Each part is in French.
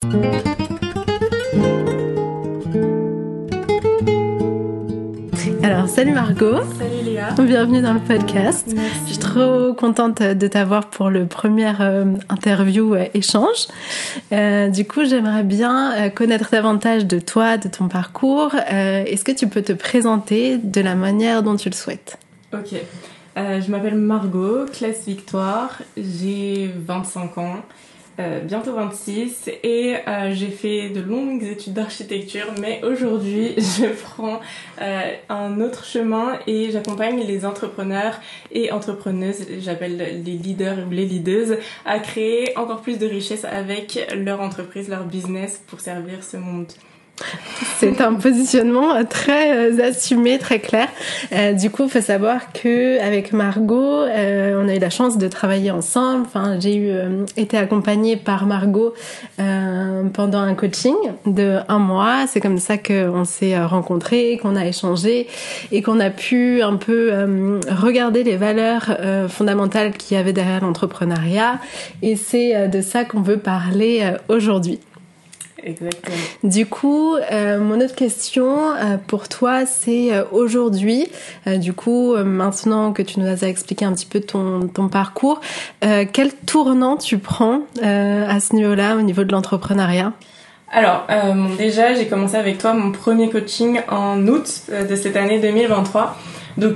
Alors, salut Margot. Salut Léa. Bienvenue dans le podcast. Merci. Je suis trop contente de t'avoir pour le premier interview échange. Du coup, j'aimerais bien connaître davantage de toi, de ton parcours. Est-ce que tu peux te présenter de la manière dont tu le souhaites? Ok. Je m'appelle Margot, classe Victoire. J'ai 25 ans. Bientôt 26 et j'ai fait de longues études d'architecture, mais aujourd'hui je prends un autre chemin et j'accompagne les entrepreneurs et entrepreneuses, j'appelle les leaders ou les leaders, à créer encore plus de richesse avec leur entreprise, leur business pour servir ce monde. C'est un positionnement très assumé, très clair. Du coup, il faut savoir que avec Margot, on a eu la chance de travailler ensemble. Enfin, j'ai été accompagnée par Margot pendant un coaching de 1 mois. C'est comme ça qu'on s'est rencontrés, qu'on a échangé et qu'on a pu un peu regarder les valeurs fondamentales qu'il y avait derrière l'entrepreneuriat. Et c'est de ça qu'on veut parler aujourd'hui. Exactement. Du coup, mon autre question pour toi, c'est aujourd'hui, maintenant que tu nous as expliqué un petit peu ton parcours, quel tournant tu prends à ce niveau-là, au niveau de l'entrepreneuriat? Alors, déjà, j'ai commencé avec toi mon premier coaching en août de cette année 2023. Donc,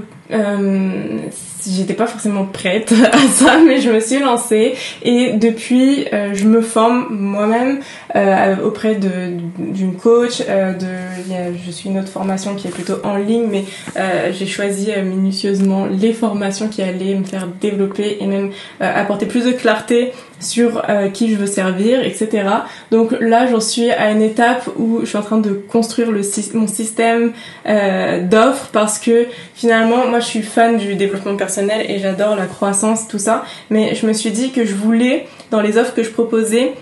j'étais pas forcément prête à ça, mais je me suis lancée et depuis, je me forme moi-même auprès d'une coach. Je suis une autre formation qui est plutôt en ligne, mais j'ai choisi minutieusement les formations qui allaient me faire développer et même apporter plus de clarté sur qui je veux servir, etc. Donc là, j'en suis à une étape où je suis en train de construire mon système d'offres parce que finalement, moi, je suis fan du développement personnel et j'adore la croissance, tout ça. Mais je me suis dit que je voulais, dans les offres que je proposais,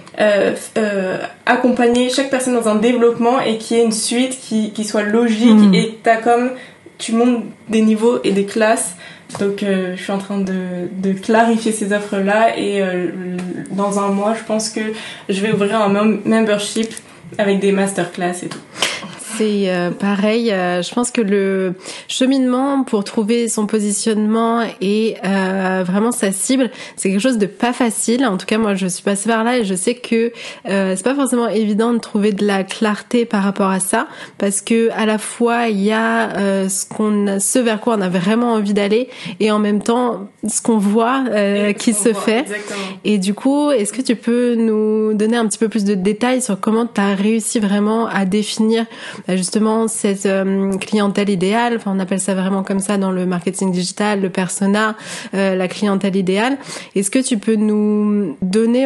accompagner chaque personne dans un développement et qu'il y ait une suite qui soit logique et tu montes des niveaux et des classes. Donc je suis en train de clarifier ces offres-là et dans 1 mois, je pense que je vais ouvrir un membership avec des masterclass et tout. C'est pareil, je pense que le cheminement pour trouver son positionnement et vraiment sa cible, c'est quelque chose de pas facile. En tout cas, moi, je suis passée par là et je sais que c'est pas forcément évident de trouver de la clarté par rapport à ça, parce que à la fois il y a ce vers quoi on a vraiment envie d'aller et en même temps ce qu'on voit qui se fait. Exactement. Et du coup, est-ce que tu peux nous donner un petit peu plus de détails sur comment tu as réussi vraiment à définir justement cette clientèle idéale, enfin on appelle ça vraiment comme ça dans le marketing digital, le persona, la clientèle idéale. Est-ce que tu peux nous donner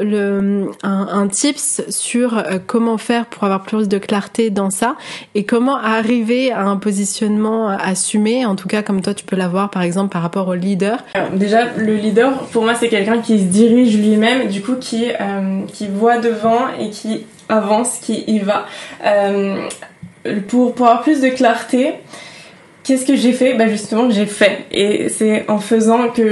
un tips sur comment faire pour avoir plus de clarté dans ça et comment arriver à un positionnement assumé, en tout cas comme toi tu peux l'avoir par exemple par rapport au leader? Alors, déjà, le leader pour moi c'est quelqu'un qui se dirige lui-même, du coup qui voit devant et qui avance, qui y va. Pour avoir plus de clarté, qu'est-ce que j'ai fait? Justement, j'ai fait. Et c'est en faisant que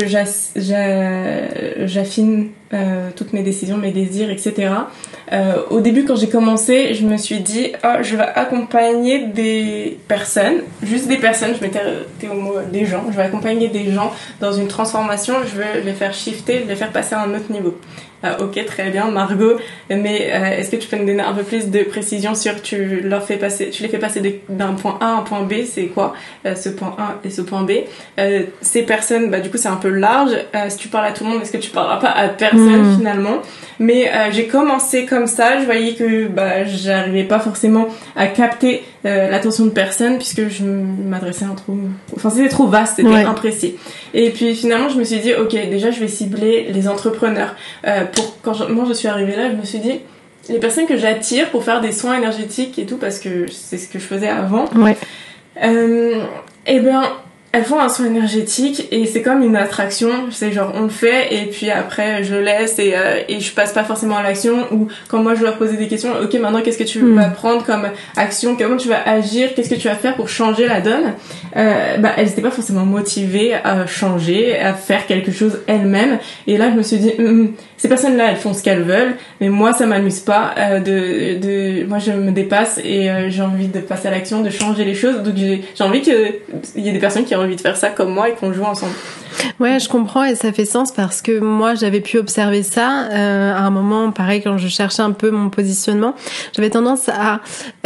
j'affine toutes mes décisions, mes désirs, etc. Au début, quand j'ai commencé, je me suis dit, je vais accompagner des personnes, juste des personnes, je mettais au mot des gens, je vais accompagner des gens dans une transformation, je vais les faire shifter, les faire passer à un autre niveau. Ok, très bien, Margot, mais est-ce que tu peux nous donner un peu plus de précision sur tu les fais passer d'un point A à un point B, c'est quoi ce point A et ce point B? Ces personnes, du coup c'est un peu large, si tu parles à tout le monde, est-ce que tu parleras pas à personne finalement? Mais j'ai commencé comme ça, je voyais que j'arrivais pas forcément à capter l'attention de personne puisque je m'adressais c'était trop vaste, c'était imprécis. Et puis finalement je me suis dit ok, déjà je vais cibler les entrepreneurs. Moi je suis arrivée là, je me suis dit les personnes que j'attire pour faire des soins énergétiques et tout, parce que c'est ce que je faisais avant. Elles font un soin énergétique et c'est comme une attraction, c'est genre on le fait et puis après je le laisse et je passe pas forcément à l'action, ou quand moi je leur posais des questions, ok maintenant qu'est-ce que tu vas prendre comme action, comment tu vas agir, qu'est-ce que tu vas faire pour changer la donne, elles étaient pas forcément motivées à changer, à faire quelque chose elles-mêmes. Et là je me suis dit ces personnes-là, elles font ce qu'elles veulent, mais moi, ça m'amuse pas. Moi, je me dépasse et j'ai envie de passer à l'action, de changer les choses. Donc, j'ai envie qu'il y ait des personnes qui ont envie de faire ça comme moi et qu'on joue ensemble. Ouais, je comprends et ça fait sens parce que moi, j'avais pu observer ça à un moment, pareil, quand je cherchais un peu mon positionnement. J'avais tendance à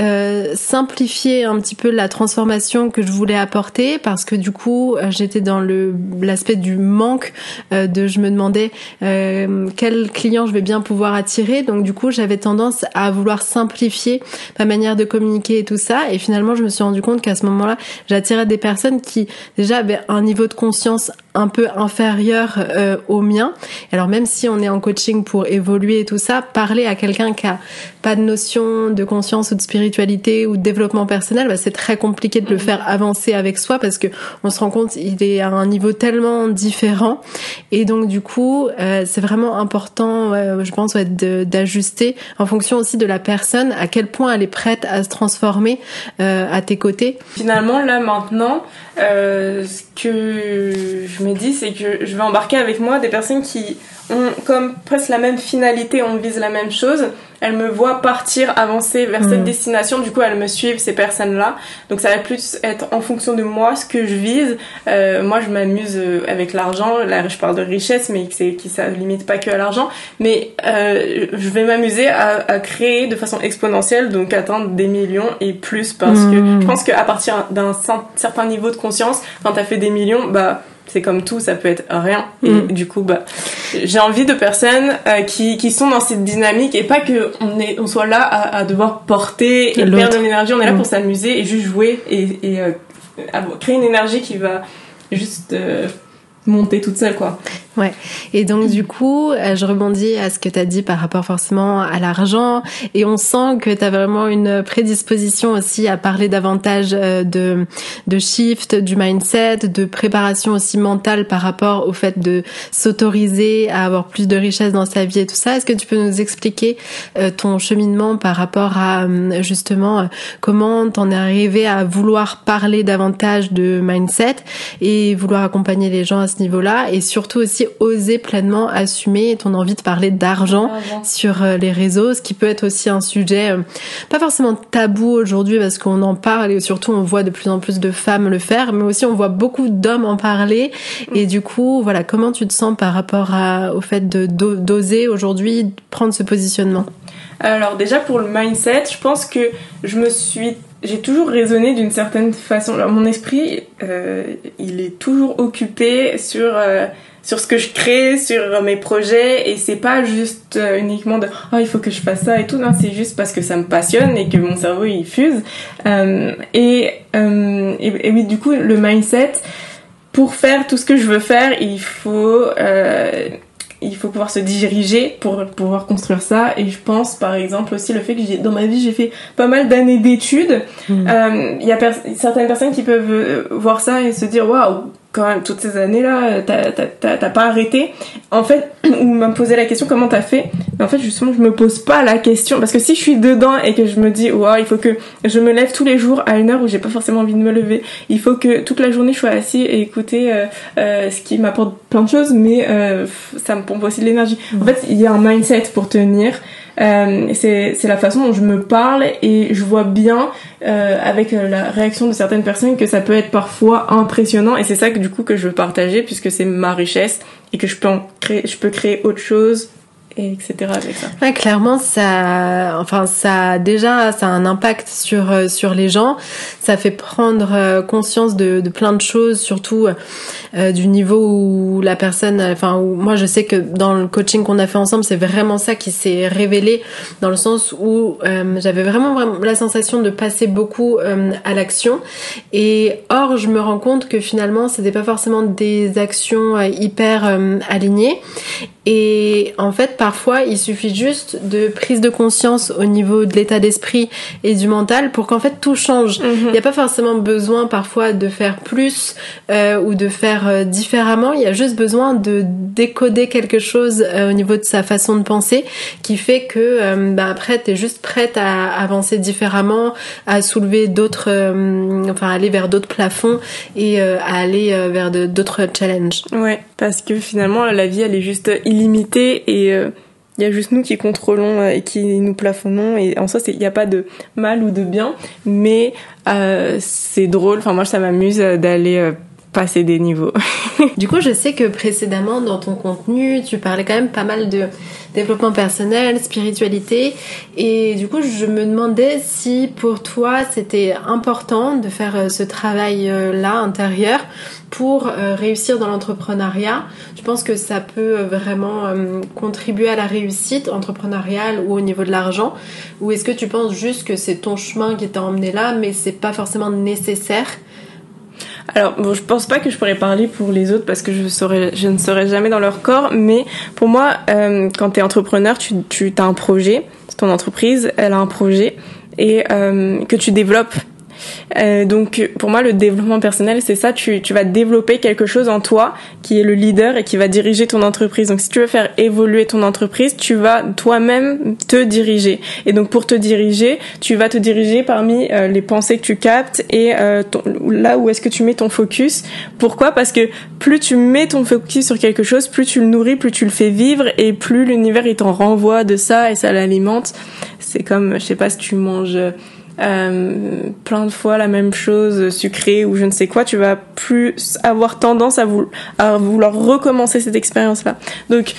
simplifier un petit peu la transformation que je voulais apporter parce que du coup, j'étais dans l'aspect du manque je me demandais quel client je vais bien pouvoir attirer. Donc du coup, j'avais tendance à vouloir simplifier ma manière de communiquer et tout ça. Et finalement, je me suis rendu compte qu'à ce moment-là, j'attirais des personnes qui déjà avaient un niveau de conscience un peu inférieur au mien. Alors même si on est en coaching pour évoluer et tout ça, parler à quelqu'un qui a pas de notion de conscience ou de spiritualité ou de développement personnel, bah, c'est très compliqué de le faire avancer avec soi parce que on se rend compte il est à un niveau tellement différent. Et donc du coup, c'est vraiment important, je pense, d'ajuster en fonction aussi de la personne, à quel point elle est prête à se transformer à tes côtés. Finalement, là maintenant, ce que je me dis, c'est que je vais embarquer avec moi des personnes qui ont comme presque la même finalité, on vise la même chose. Elles me voient partir, avancer vers cette destination. Du coup, elles me suivent, ces personnes-là. Donc, ça va plus être en fonction de moi, ce que je vise. Moi, je m'amuse avec l'argent. Là, je parle de richesse, mais ça ne limite pas que à l'argent. Mais je vais m'amuser à créer de façon exponentielle, donc atteindre des millions et plus. Parce que je pense qu'à partir d'un certain niveau de conscience, quand tu as fait des millions, bah... c'est comme tout, ça peut être rien. Et du coup, bah, j'ai envie de personnes qui sont dans cette dynamique et pas que on soit là à devoir porter et perdre de l'énergie. On est là pour s'amuser et juste jouer et créer une énergie qui va juste monter toute seule, quoi. Ouais. Et donc du coup, je rebondis à ce que tu as dit par rapport forcément à l'argent et on sent que tu as vraiment une prédisposition aussi à parler davantage de shift, du mindset, de préparation aussi mentale par rapport au fait de s'autoriser à avoir plus de richesse dans sa vie et tout ça. Est-ce que tu peux nous expliquer ton cheminement par rapport à justement comment t'en es arrivé à vouloir parler davantage de mindset et vouloir accompagner les gens à ce niveau-là et surtout aussi oser pleinement assumer ton envie de parler d'argent sur les réseaux, ce qui peut être aussi un sujet pas forcément tabou aujourd'hui parce qu'on en parle et surtout on voit de plus en plus de femmes le faire, mais aussi on voit beaucoup d'hommes en parler et du coup, voilà, comment tu te sens par rapport au fait d'oser aujourd'hui prendre ce positionnement? Alors déjà pour le mindset, je pense que j'ai toujours raisonné d'une certaine façon. Alors mon esprit, il est toujours occupé sur ce que je crée, sur mes projets, et c'est pas juste uniquement de il faut que je fasse ça et tout. Non, c'est juste parce que ça me passionne et que mon cerveau il fuse. Et oui, du coup le mindset, pour faire tout ce que je veux faire, il faut pouvoir se diriger pour pouvoir construire ça. Et je pense par exemple aussi le fait que dans ma vie j'ai fait pas mal d'années d'études. Il y a certaines personnes qui peuvent voir ça et se dire waouh, quand même toutes ces années là t'as pas arrêté, en fait, ou me poser la question comment t'as fait. Mais en fait justement je me pose pas la question parce que si je suis dedans et que je me dis waouh, il faut que je me lève tous les jours à une heure où j'ai pas forcément envie de me lever, il faut que toute la journée je sois assis et écouter ce qui m'apporte plein de choses, mais ça me pompe aussi de l'énergie. En fait il y a un mindset pour tenir. C'est la façon dont je me parle et je vois bien avec la réaction de certaines personnes que ça peut être parfois impressionnant, et c'est ça que du coup que je veux partager puisque c'est ma richesse et que je peux créer autre chose, et etc. avec ça. Ouais, clairement, ça a un impact sur les gens. Ça fait prendre conscience de plein de choses, surtout du niveau où la personne, où moi je sais que dans le coaching qu'on a fait ensemble, c'est vraiment ça qui s'est révélé, dans le sens où j'avais vraiment la sensation de passer beaucoup à l'action, et or je me rends compte que finalement c'était pas forcément des actions hyper alignées, et en fait parfois il suffit juste de prise de conscience au niveau de l'état d'esprit et du mental pour qu'en fait tout change. Il n'y a pas forcément besoin parfois de faire plus ou de faire différemment, il y a juste besoin de décoder quelque chose au niveau de sa façon de penser qui fait que après t'es juste prête à avancer différemment, à soulever d'autres aller vers d'autres plafonds et à aller vers d'autres challenges. Ouais, parce que finalement la vie elle est juste illimitée et il y a juste nous qui contrôlons et qui nous plafonnons, et en soi il n'y a pas de mal ou de bien, mais c'est drôle, enfin moi ça m'amuse d'aller passer des niveaux. Du coup, je sais que précédemment, dans ton contenu, tu parlais quand même pas mal de développement personnel, spiritualité, et du coup, je me demandais si pour toi, c'était important de faire ce travail-là intérieur pour réussir dans l'entrepreneuriat. Je pense que ça peut vraiment contribuer à la réussite entrepreneuriale ou au niveau de l'argent, ou est-ce que tu penses juste que c'est ton chemin qui t'a emmené là, mais c'est pas forcément nécessaire? Alors, bon, je pense pas que je pourrais parler pour les autres parce que je ne serai jamais dans leur corps, mais pour moi, quand t'es entrepreneur, tu as un projet, ton entreprise, elle a un projet, et que tu développes. Donc pour moi le développement personnel c'est ça, tu vas développer quelque chose en toi qui est le leader et qui va diriger ton entreprise. Donc si tu veux faire évoluer ton entreprise, tu vas toi-même te diriger, et donc pour te diriger tu vas te diriger parmi les pensées que tu captes et là où est-ce que tu mets ton focus. Pourquoi? Parce que plus tu mets ton focus sur quelque chose, plus tu le nourris, plus tu le fais vivre, et plus l'univers il t'en renvoie de ça et ça l'alimente. C'est comme, je sais pas, si tu manges plein de fois la même chose sucrée ou je ne sais quoi, tu vas plus avoir tendance à vouloir recommencer cette expérience-là. Donc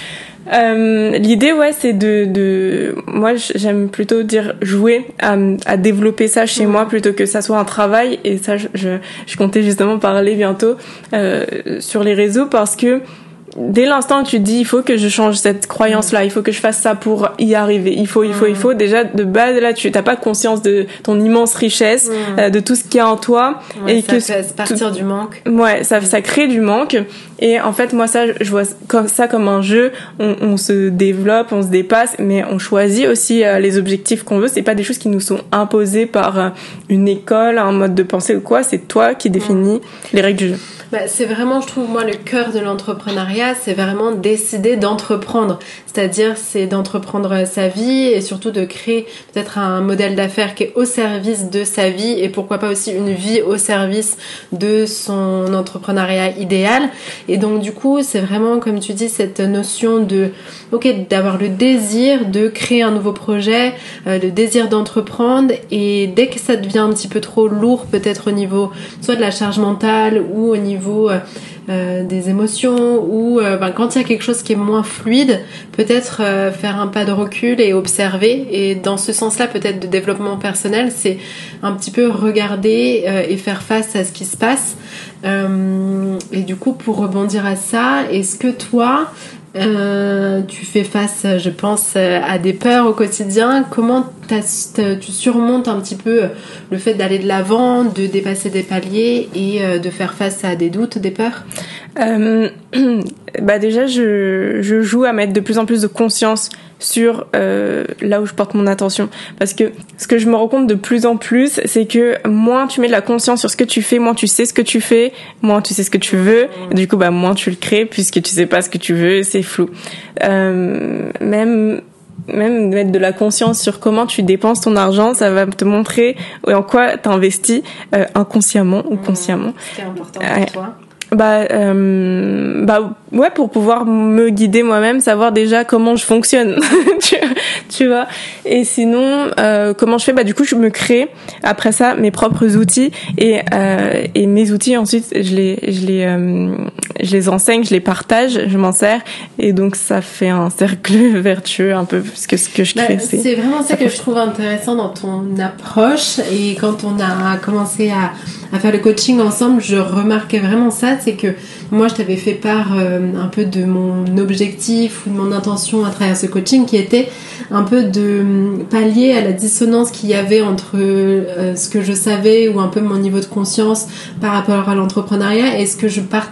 l'idée c'est de moi j'aime plutôt dire jouer à développer ça chez moi plutôt que ça soit un travail, et ça je comptais justement parler bientôt sur les réseaux, parce que dès l'instant où tu te dis il faut que je change cette croyance-là, il faut que je fasse ça pour y arriver, il faut, déjà de base là tu t'as pas conscience de ton immense richesse, de tout ce qu'il y a en toi, et ça fait partir du manque. Ouais, ça crée du manque, et en fait moi ça je vois ça comme un jeu, on se développe, on se dépasse, mais on choisit aussi les objectifs qu'on veut, c'est pas des choses qui nous sont imposées par une école, un mode de pensée ou quoi, c'est toi qui définis les règles du jeu. C'est vraiment, je trouve, moi, le cœur de l'entrepreneuriat, c'est vraiment décider d'entreprendre. C'est-à-dire, c'est d'entreprendre sa vie et surtout de créer peut-être un modèle d'affaires qui est au service de sa vie, et pourquoi pas aussi une vie au service de son entrepreneuriat idéal. Et donc, du coup, c'est vraiment, comme tu dis, cette notion d'avoir le désir de créer un nouveau projet, le désir d'entreprendre, et dès que ça devient un petit peu trop lourd, peut-être au niveau soit de la charge mentale ou au niveau des émotions, ou quand il y a quelque chose qui est moins fluide, peut-être faire un pas de recul et observer. Et dans ce sens-là, peut-être de développement personnel, c'est un petit peu regarder et faire face à ce qui se passe. Et du coup, pour rebondir à ça, est-ce que toi tu fais face, je pense, à des peurs au quotidien? Comment tu surmontes un petit peu le fait d'aller de l'avant, de dépasser des paliers et de faire face à des doutes, des peurs? Déjà je joue à mettre de plus en plus de conscience sur là où je porte mon attention, parce que ce que je me rends compte de plus en plus, c'est que moins tu mets de la conscience sur ce que tu fais, moins tu sais ce que tu fais, moins tu sais ce que tu veux, et du coup moins tu le crées, puisque tu sais pas ce que tu veux, c'est flou. Même mettre de la conscience sur comment tu dépenses ton argent, ça va te montrer en quoi t'investis inconsciemment ou consciemment. C'est important pour toi. Pour pouvoir me guider moi-même, savoir déjà comment je fonctionne. tu vois. Et sinon comment je fais, du coup je me crée après ça mes propres outils, et mes outils ensuite je les enseigne, je les partage, je m'en sers, et donc ça fait un cercle vertueux un peu, parce que ce que je crée c'est vraiment ça que je trouve intéressant dans ton approche. Et quand on a commencé à faire le coaching ensemble, je remarquais vraiment ça, c'est que moi je t'avais fait part un peu de mon objectif ou de mon intention à travers ce coaching, qui était un peu de pallier à la dissonance qu'il y avait entre ce que je savais, ou un peu mon niveau de conscience par rapport à l'entrepreneuriat, et ce que je partageais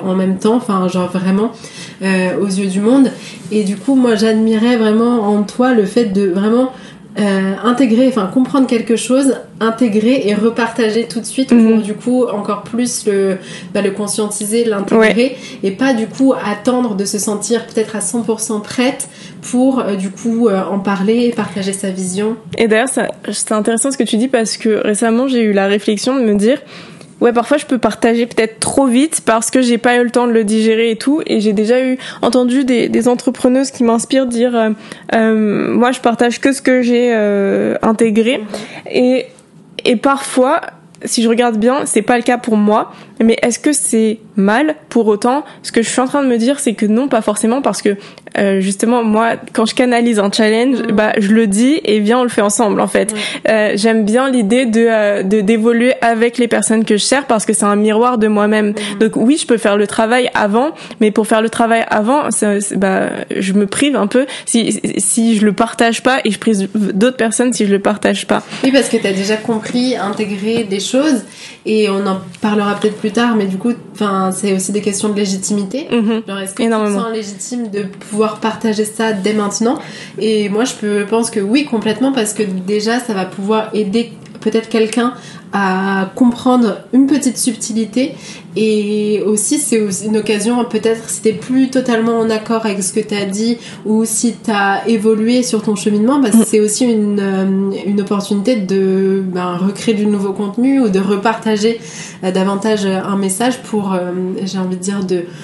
en même temps, enfin genre vraiment aux yeux du monde. Et du coup moi j'admirais vraiment en toi le fait de vraiment intégrer, enfin comprendre quelque chose, intégrer et repartager tout de suite pour du coup encore plus le conscientiser, l'intégrer et pas du coup attendre de se sentir peut-être à 100% prête pour du coup en parler, partager sa vision. Et d'ailleurs c'est intéressant ce que tu dis parce que récemment j'ai eu la réflexion de me dire ouais, parfois je peux partager peut-être trop vite parce que j'ai pas eu le temps de le digérer et tout. Et j'ai déjà entendu des entrepreneuses qui m'inspirent dire moi je partage que ce que j'ai intégré. Et parfois, si je regarde bien, c'est pas le cas pour moi. Mais est-ce que c'est mal pour autant? Ce que je suis en train de me dire, c'est que non, pas forcément, parce que justement, moi, quand je canalise un challenge, je le dis et viens, on le fait ensemble, en fait. J'aime bien l'idée d'évoluer avec les personnes que je sers parce que c'est un miroir de moi-même. Donc oui, je peux faire le travail avant, mais pour faire le travail avant, je me prive un peu si je le partage pas et je prive d'autres personnes si je le partage pas. Oui, parce que t'as déjà compris, intégré des choses et on en parlera peut-être plus tard, mais du coup, enfin, c'est aussi des questions de légitimité. Genre, est-ce que tu te sens légitime de pouvoir partager ça dès maintenant? Et moi, je pense que oui, complètement, parce que déjà, ça va pouvoir aider peut-être quelqu'un à comprendre une petite subtilité et aussi c'est aussi une occasion peut-être si t'es plus totalement en accord avec ce que t'as dit ou si t'as évolué sur ton cheminement c'est aussi une opportunité de recréer du nouveau contenu ou de repartager davantage un message pour j'ai envie de dire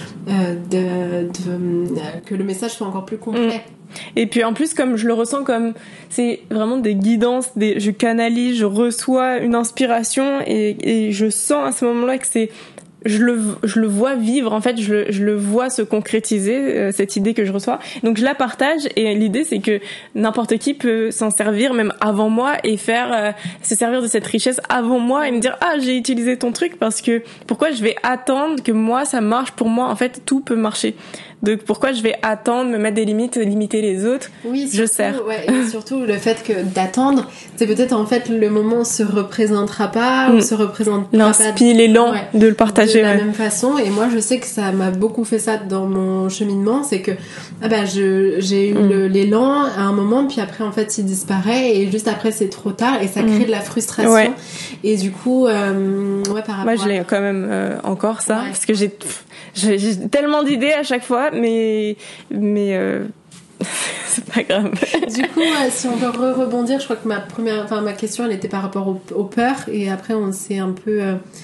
que le message soit encore plus complet. Et puis en plus, comme je le ressens comme c'est vraiment des guidances, je canalise, je reçois une inspiration et je sens à ce moment-là que je le vois vivre, en fait, je le vois se concrétiser, cette idée que je reçois. Donc je la partage et l'idée c'est que n'importe qui peut s'en servir même avant moi et se servir de cette richesse avant moi et me dire j'ai utilisé ton truc parce que pourquoi je vais attendre que moi ça marche pour moi? En fait, tout peut marcher. Donc pourquoi je vais attendre, me mettre des limites, limiter les autres? Oui, surtout, je sers. Ouais, et surtout le fait que d'attendre, c'est peut-être en fait le moment se représentera pas ou se représentera pas. L'élan de le partager. De la même façon. Et moi, je sais que ça m'a beaucoup fait ça dans mon cheminement, c'est que j'ai eu l'élan à un moment, puis après en fait il disparaît et juste après c'est trop tard et ça crée de la frustration. Ouais. Et du coup, par rapport. Moi, je l'ai quand même encore ça, parce que j'ai tellement d'idées à chaque fois, mais c'est pas grave. Du coup, si on peut rebondir, je crois que ma question, elle était par rapport aux peurs, et après on s'est un peu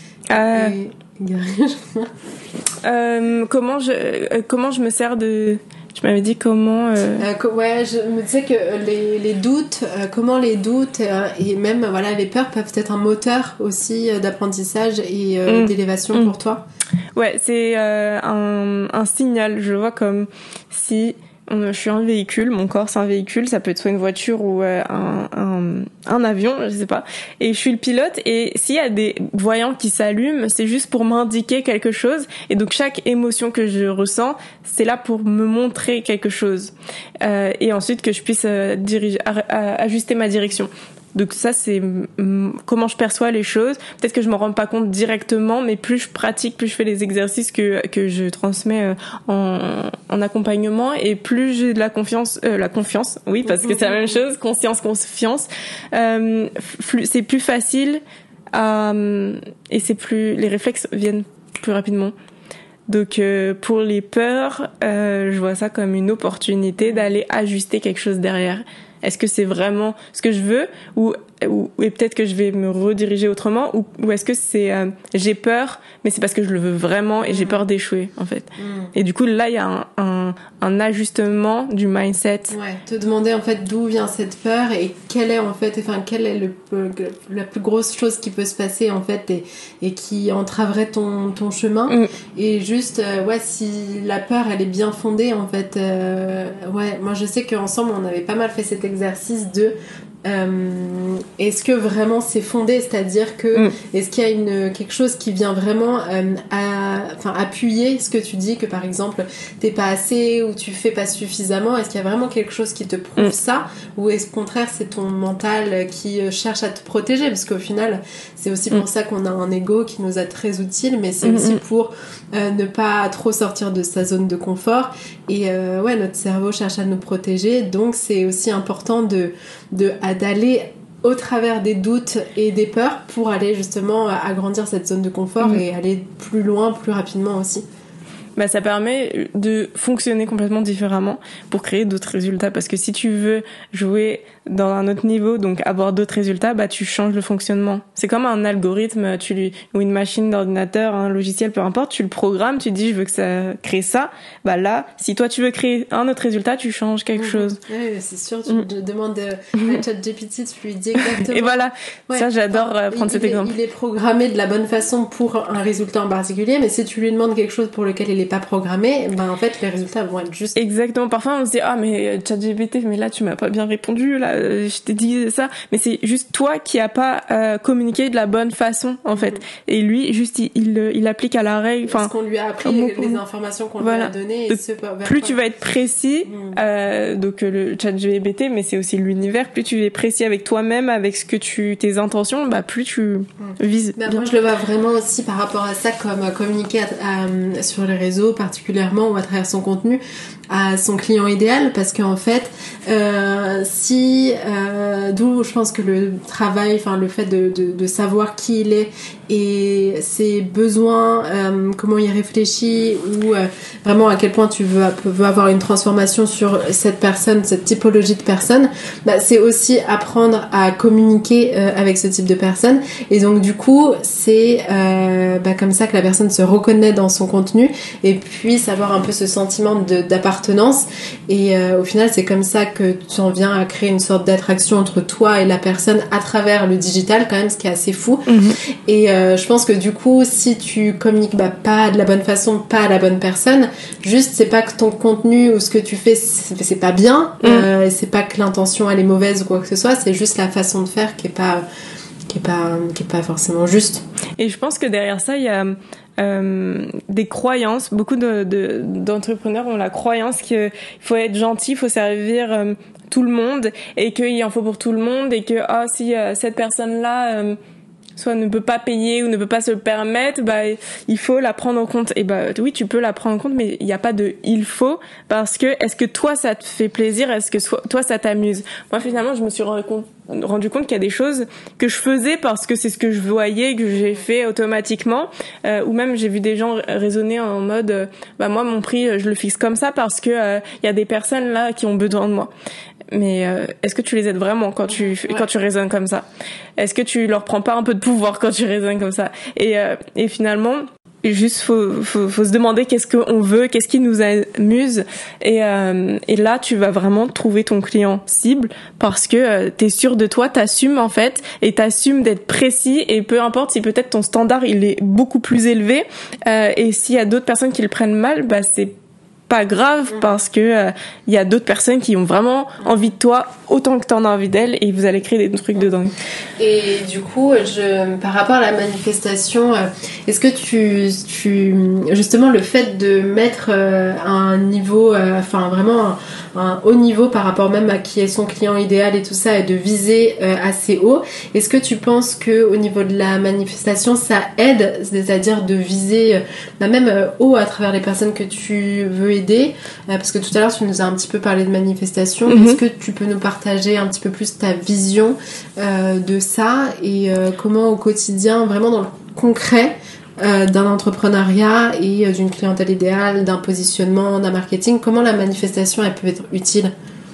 comment je me sers de... Tu m'avais dit comment... je me disais que les doutes, comment les doutes et même les peurs peuvent être un moteur aussi d'apprentissage et d'élévation pour toi. Ouais, c'est un signal. Je le vois comme si je suis un véhicule, mon corps c'est un véhicule, ça peut être soit une voiture ou un avion, je sais pas. Et je suis le pilote et s'il y a des voyants qui s'allument, c'est juste pour m'indiquer quelque chose. Et donc chaque émotion que je ressens, c'est là pour me montrer quelque chose. Et ensuite que je puisse ajuster ma direction. Donc ça, c'est comment je perçois les choses. Peut-être que je m'en rends pas compte directement, mais plus je pratique, plus je fais les exercices que je transmets en accompagnement, et plus j'ai de la confiance, oui, parce que c'est la même chose, conscience, confiance. C'est plus facile et les réflexes viennent plus rapidement. Donc pour les peurs, je vois ça comme une opportunité d'aller ajuster quelque chose derrière. Est-ce que c'est vraiment ce que je veux et peut-être que je vais me rediriger autrement ou est-ce que c'est j'ai peur mais c'est parce que je le veux vraiment et j'ai peur d'échouer en fait. Et du coup là il y a un ajustement du mindset. Ouais, te demander en fait d'où vient cette peur et quelle est la plus grosse chose qui peut se passer en fait et qui entraverait ton chemin et juste si la peur elle est bien fondée en fait moi je sais qu'ensemble on avait pas mal fait cet exercice de est-ce que vraiment c'est fondé, c'est-à-dire que est-ce qu'il y a quelque chose qui vient vraiment appuyer ce que tu dis, que par exemple t'es pas assez ou tu fais pas suffisamment? Est-ce qu'il y a vraiment quelque chose qui te prouve ça, ou est-ce au contraire c'est ton mental qui cherche à te protéger? Parce qu'au final c'est aussi pour ça qu'on a un ego qui nous est très utile, mais c'est aussi pour ne pas trop sortir de sa zone de confort, et notre cerveau cherche à nous protéger, donc c'est aussi important d'aller au travers des doutes et des peurs pour aller justement agrandir cette zone de confort et aller plus loin, plus rapidement aussi. Ça permet de fonctionner complètement différemment pour créer d'autres résultats, parce que si tu veux jouer dans un autre niveau, donc avoir d'autres résultats, tu changes le fonctionnement. C'est comme un algorithme, ou une machine d'ordinateur, un logiciel, peu importe, tu le programmes, tu dis je veux que ça crée ça. Là, si toi tu veux créer un autre résultat, tu changes quelque chose. Oui, c'est sûr, tu demandes à ChatGPT, tu lui dis exactement. Et voilà, ça j'adore prendre cet exemple. Il est programmé de la bonne façon pour un résultat en particulier, mais si tu lui demandes quelque chose pour lequel il est pas programmé, en fait les résultats vont être juste. Exactement. Parfois on se dit mais ChatGPT, mais là tu m'as pas bien répondu, là je t'ai dit ça, mais c'est juste toi qui a pas communiqué de la bonne façon en fait. Et lui juste il applique à la règle, ce qu'on lui a appris, les informations qu'on lui a données. Plus tu vas être précis, donc le ChatGPT, mais c'est aussi l'univers, plus tu es précis avec toi-même, avec tes intentions, plus tu vises. Moi je le vois vraiment aussi par rapport à ça, comme communiquer sur les réseaux particulièrement, ou à travers son contenu à son client idéal, parce qu'en fait d'où je pense que le travail, le fait de savoir qui il est et ses besoins, comment il réfléchit, ou vraiment à quel point tu veux avoir une transformation sur cette personne, cette typologie de personne, c'est aussi apprendre à communiquer avec ce type de personne. Et donc du coup c'est comme ça que la personne se reconnaît dans son contenu et puisse avoir un peu ce sentiment d'appartenance, et au final c'est comme ça que tu en viens à créer une sorte d'attraction entre toi et la personne à travers le digital, quand même, ce qui est assez fou. Et je pense que du coup si tu communiques pas de la bonne façon, pas à la bonne personne, juste c'est pas que ton contenu ou ce que tu fais c'est pas bien, c'est pas que l'intention elle est mauvaise ou quoi que ce soit, c'est juste la façon de faire qui est pas forcément juste. Et je pense que derrière ça il y a des croyances. Beaucoup d'entrepreneurs ont la croyance qu'il faut être gentil, il faut servir tout le monde, et qu'il en faut pour tout le monde, et que si cette personne-là soit ne peut pas payer ou ne peut pas se le permettre, il faut la prendre en compte. Et oui, tu peux la prendre en compte, mais il n'y a pas de il faut, parce que est-ce que toi ça te fait plaisir, est-ce que toi ça t'amuse? Moi finalement je me suis rendu compte qu'il y a des choses que je faisais parce que c'est ce que je voyais, que j'ai fait automatiquement, ou même j'ai vu des gens raisonner en mode moi mon prix je le fixe comme ça parce que il y a des personnes là qui ont besoin de moi. Mais est-ce que tu les aides vraiment quand tu raisonnes comme ça? Est-ce que tu leur prends pas un peu de pouvoir quand tu raisonnes comme ça? Et finalement, juste faut se demander qu'est-ce qu'on veut, qu'est-ce qui nous amuse, et là tu vas vraiment trouver ton client cible, parce que t'es sûr de toi, t'assumes en fait, et t'assumes d'être précis, et peu importe si peut-être ton standard il est beaucoup plus élevé, et s'il y a d'autres personnes qui le prennent mal, c'est pas grave, parce que il y a d'autres personnes qui ont vraiment envie de toi autant que t'en as envie d'elles, et vous allez créer des trucs de dingue. Et du coup, par rapport à la manifestation, est-ce que tu justement le fait de mettre un niveau, vraiment un haut niveau par rapport même à qui est son client idéal et tout ça, et de viser assez haut, est-ce que tu penses que au niveau de la manifestation ça aide, c'est-à-dire de viser même haut à travers les personnes que tu veux aider, parce que tout à l'heure tu nous as un petit peu parlé de manifestation. Est-ce que tu peux nous partager un petit peu plus ta vision de ça, et comment au quotidien, vraiment dans le concret d'un entrepreneuriat et d'une clientèle idéale, d'un positionnement, d'un marketing, comment la manifestation elle peut être utile?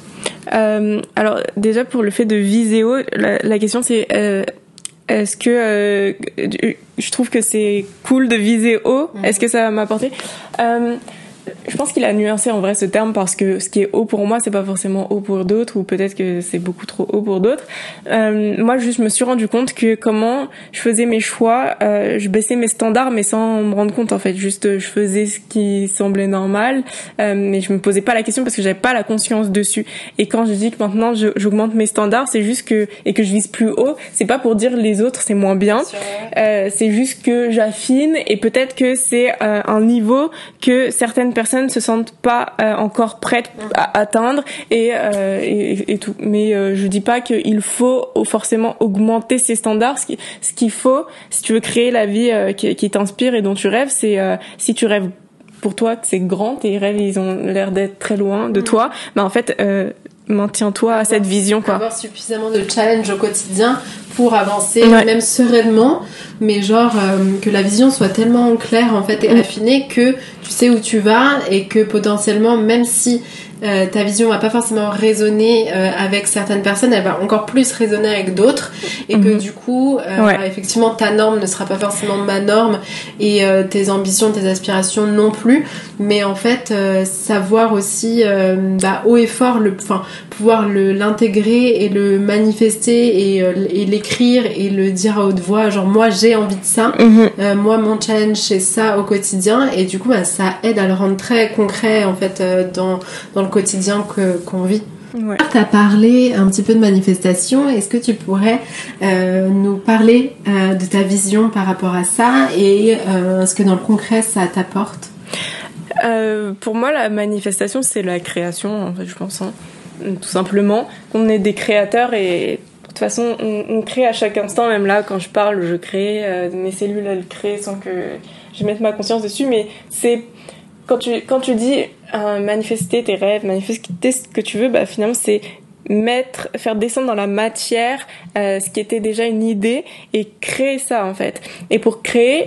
Alors déjà pour le fait de viser haut, la question c'est est-ce que je trouve que c'est cool de viser haut? Est-ce que ça va m'apporter? Je pense qu'il a nuancé en vrai ce terme parce que ce qui est haut pour moi, c'est pas forcément haut pour d'autres, ou peut-être que c'est beaucoup trop haut pour d'autres. Moi, juste, je me suis rendu compte que comment je faisais mes choix, je baissais mes standards, mais sans me rendre compte en fait. Juste, je faisais ce qui semblait normal, mais je me posais pas la question parce que j'avais pas la conscience dessus. Et quand je dis que maintenant j'augmente mes standards, c'est juste que je vise plus haut. C'est pas pour dire les autres c'est moins bien. C'est juste que j'affine et peut-être que c'est un niveau que certaines personnes se sentent pas encore prêtes à atteindre et tout. Mais je dis pas qu'il faut forcément augmenter ses standards. Ce qu'il faut, si tu veux créer la vie qui t'inspire et dont tu rêves, c'est si tu rêves pour toi que c'est grand, tes rêves ils ont l'air d'être très loin de toi, en fait maintiens-toi à cette vision quoi. Avoir suffisamment de challenge au quotidien pour avancer même sereinement, mais que la vision soit tellement claire en fait et affinée que tu sais où tu vas et que potentiellement même si ta vision va pas forcément résonner avec certaines personnes, elle va encore plus résonner avec d'autres et que du coup effectivement ta norme ne sera pas forcément ma norme et tes ambitions, tes aspirations non plus, mais en fait savoir aussi haut et fort pouvoir l'intégrer et le manifester et l'écrire et le dire à haute voix, moi j'ai envie de ça, moi mon challenge c'est ça au quotidien, et du coup ça aide à le rendre très concret en fait dans le quotidien qu'on vit. Ouais. Tu as parlé un petit peu de manifestation. Est-ce que tu pourrais nous parler de ta vision par rapport à ça et ce que dans le concret ça t'apporte? Pour moi, la manifestation, c'est la création, en fait, je pense, tout simplement. On est des créateurs et de toute façon, on crée à chaque instant. Même là, quand je parle, je crée. Mes cellules, elles créent sans que je mette ma conscience dessus. Mais c'est quand tu dis manifester tes rêves, manifester ce que tu veux, finalement c'est faire descendre dans la matière ce qui était déjà une idée et créer ça en fait. Et pour créer,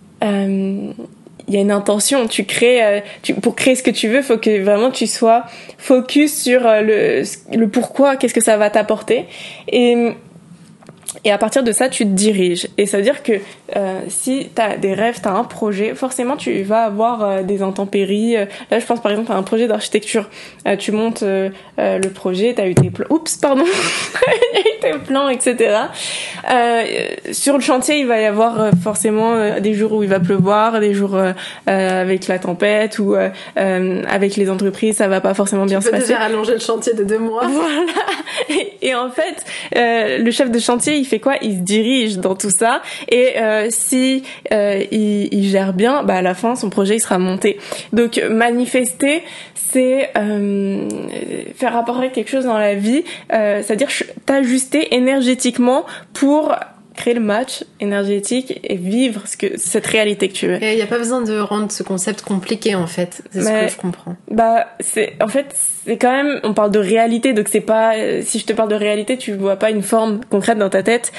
il y a une intention. Tu crées, pour créer ce que tu veux, faut que vraiment tu sois focus sur le pourquoi, qu'est-ce que ça va t'apporter. Et à partir de ça, tu te diriges. Et ça veut dire que si t'as des rêves, t'as un projet, forcément tu vas avoir des intempéries. Là, je pense par exemple à un projet d'architecture. Tu montes le projet, t'as eu tes plans. Oups, pardon. Il y a eu tes plans, etc. Sur le chantier, il va y avoir forcément des jours où il va pleuvoir, des jours avec la tempête ou avec les entreprises, ça va pas forcément bien se passer. Tu peux déjà allonger le chantier de 2 mois. Voilà. Et en fait, le chef de chantier, il fait quoi? Il se dirige dans tout ça et si il gère bien, à la fin son projet il sera monté. Donc manifester, c'est faire apparaître quelque chose dans la vie, c'est-à-dire t'ajuster énergétiquement pour créer le match énergétique et vivre cette réalité que tu veux. Et il n'y a pas besoin de rendre ce concept compliqué en fait, c'est ce que je comprends. C'est quand même, on parle de réalité, donc c'est pas, si je te parle de réalité, tu vois pas une forme concrète dans ta tête.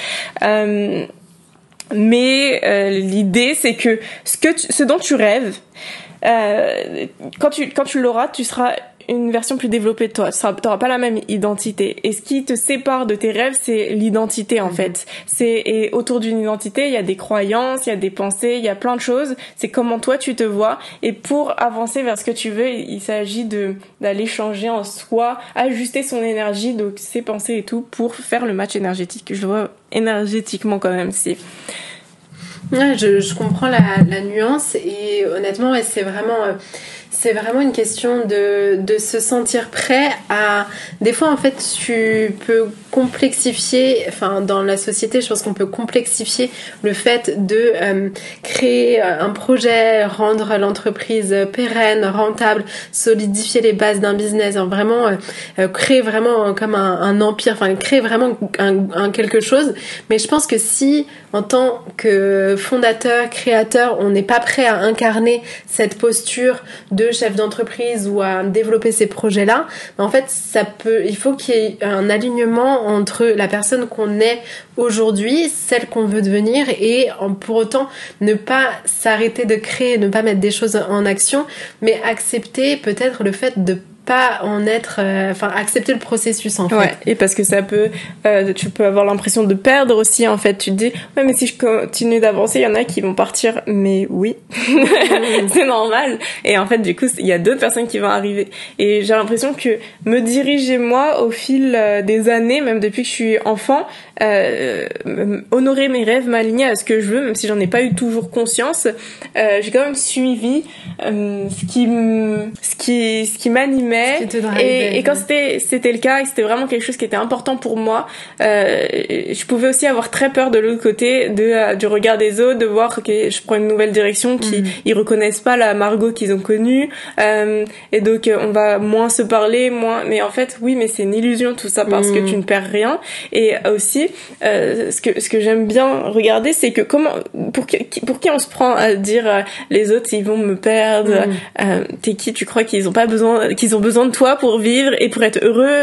Mais l'idée c'est que ce dont tu rêves, quand tu l'auras, tu seras une version plus développée de toi. T'auras pas la même identité. Et ce qui te sépare de tes rêves, c'est l'identité, en fait. Et autour d'une identité, il y a des croyances, il y a des pensées, il y a plein de choses. C'est comment toi tu te vois. Et pour avancer vers ce que tu veux, il s'agit d'aller changer en soi, ajuster son énergie, donc ses pensées et tout, pour faire le match énergétique. Je le vois énergétiquement quand même, si. Ouais, je comprends la nuance et honnêtement, c'est vraiment une question de se sentir prêt à... Des fois, en fait, tu peux complexifier... Enfin, dans la société, je pense qu'on peut complexifier le fait de créer un projet, rendre l'entreprise pérenne, rentable, solidifier les bases d'un business, vraiment créer vraiment comme un empire, enfin, créer vraiment un quelque chose. Mais je pense que si, en tant que fondateur, créateur, on n'est pas prêt à incarner cette posture de chef d'entreprise ou à développer ces projets-là, en fait, il faut qu'il y ait un alignement entre la personne qu'on est aujourd'hui, celle qu'on veut devenir, et pour autant ne pas s'arrêter de créer, ne pas mettre des choses en action, mais accepter peut-être le fait de pas en être, accepter le processus en fait. Ouais, et parce que ça peut, tu peux avoir l'impression de perdre aussi en fait. Tu te dis, ouais, mais si je continue d'avancer, il y en a qui vont partir. Mais oui, c'est normal. Et en fait, du coup, il y a d'autres personnes qui vont arriver. Et j'ai l'impression que me diriger moi au fil des années, même depuis que je suis enfant, honorer mes rêves, m'aligner à ce que je veux, même si j'en ai pas eu toujours conscience, j'ai quand même suivi ce qui m'animait, et quand c'était le cas, et c'était vraiment quelque chose qui était important pour moi, je pouvais aussi avoir très peur de l'autre côté du regard des autres, de voir que je prends une nouvelle direction, ils reconnaissent pas la Margot qu'ils ont connue, et donc on va moins se parler, mais en fait oui, mais c'est une illusion tout ça, parce que tu ne perds rien. Et aussi ce que j'aime bien regarder, c'est que pour qui on se prend à dire les autres ils vont me perdre, t'es qui, tu crois qu'ils ont besoin de toi pour vivre et pour être heureux,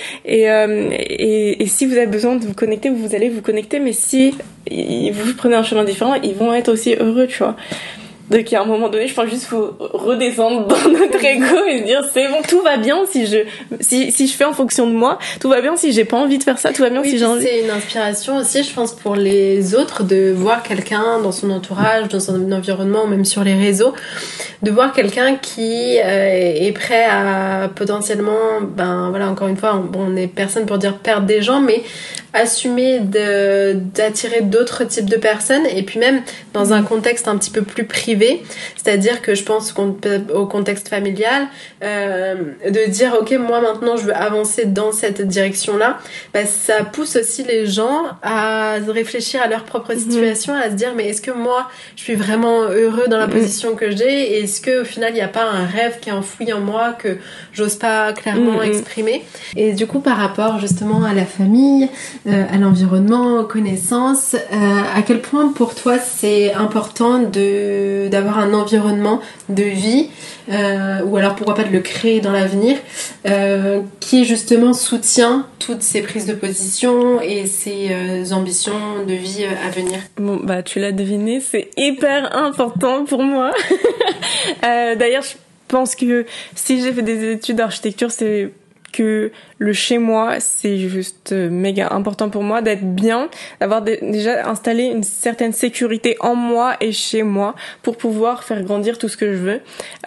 et si vous avez besoin de vous connecter, vous allez vous connecter, mais si vous prenez un chemin différent, ils vont être aussi heureux, tu vois. Donc à un moment donné, je pense juste faut redescendre dans notre ego et se dire c'est bon, tout va bien si je fais en fonction de moi, tout va bien si j'ai pas envie de faire ça, tout va bien si j'ai envie. C'est une inspiration aussi, je pense, pour les autres, de voir quelqu'un dans son entourage, dans son environnement, ou même sur les réseaux, de voir quelqu'un qui est prêt à potentiellement, encore une fois, on n'est personne pour dire perdre des gens, mais assumer d'attirer d'autres types de personnes, et puis même dans un contexte un petit peu plus privé, c'est-à-dire que je pense au contexte familial, de dire ok, moi maintenant je veux avancer dans cette direction-là, ça pousse aussi les gens à réfléchir à leur propre situation, à se dire mais est-ce que moi je suis vraiment heureux dans la position que j'ai, et est-ce que au final il n'y a pas un rêve qui est enfoui en moi que j'ose pas clairement exprimer. Et du coup, par rapport justement à la famille, à l'environnement, aux connaissances, à quel point pour toi c'est important d'avoir un environnement de vie, ou alors pourquoi pas de le créer dans l'avenir, qui justement soutient toutes ces prises de position et ces ambitions de vie à venir. Bon, tu l'as deviné, c'est hyper important pour moi. D'ailleurs, je pense que si j'ai fait des études d'architecture, c'est que le chez moi, c'est juste méga important pour moi d'être bien, d'avoir déjà installé une certaine sécurité en moi et chez moi pour pouvoir faire grandir tout ce que je veux.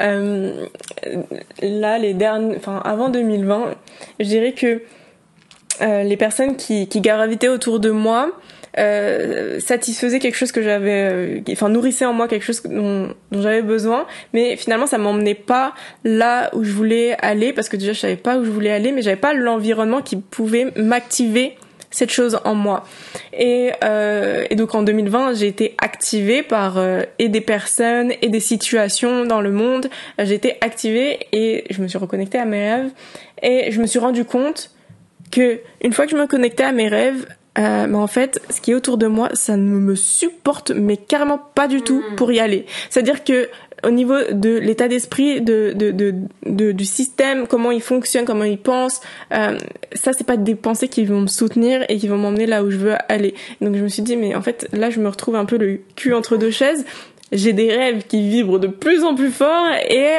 Là, avant 2020, je dirais que les personnes qui gravitaient autour de moi satisfaisait quelque chose que j'avais, nourrissait en moi quelque chose dont j'avais besoin, mais finalement ça m'emmenait pas là où je voulais aller, parce que déjà je savais pas où je voulais aller, mais j'avais pas l'environnement qui pouvait m'activer cette chose en moi. Et donc en 2020, j'ai été activée par et des personnes et des situations dans le monde. J'ai été activée et je me suis reconnectée à mes rêves, et je me suis rendu compte que une fois que je me connectais à mes rêves, en fait, ce qui est autour de moi, ça ne me supporte, mais carrément pas du tout pour y aller. C'est-à-dire que au niveau de l'état d'esprit, du système, comment il fonctionne, comment il pense, ça c'est pas des pensées qui vont me soutenir et qui vont m'emmener là où je veux aller. Donc je me suis dit, mais en fait là je me retrouve un peu le cul entre deux chaises. J'ai des rêves qui vibrent de plus en plus fort, et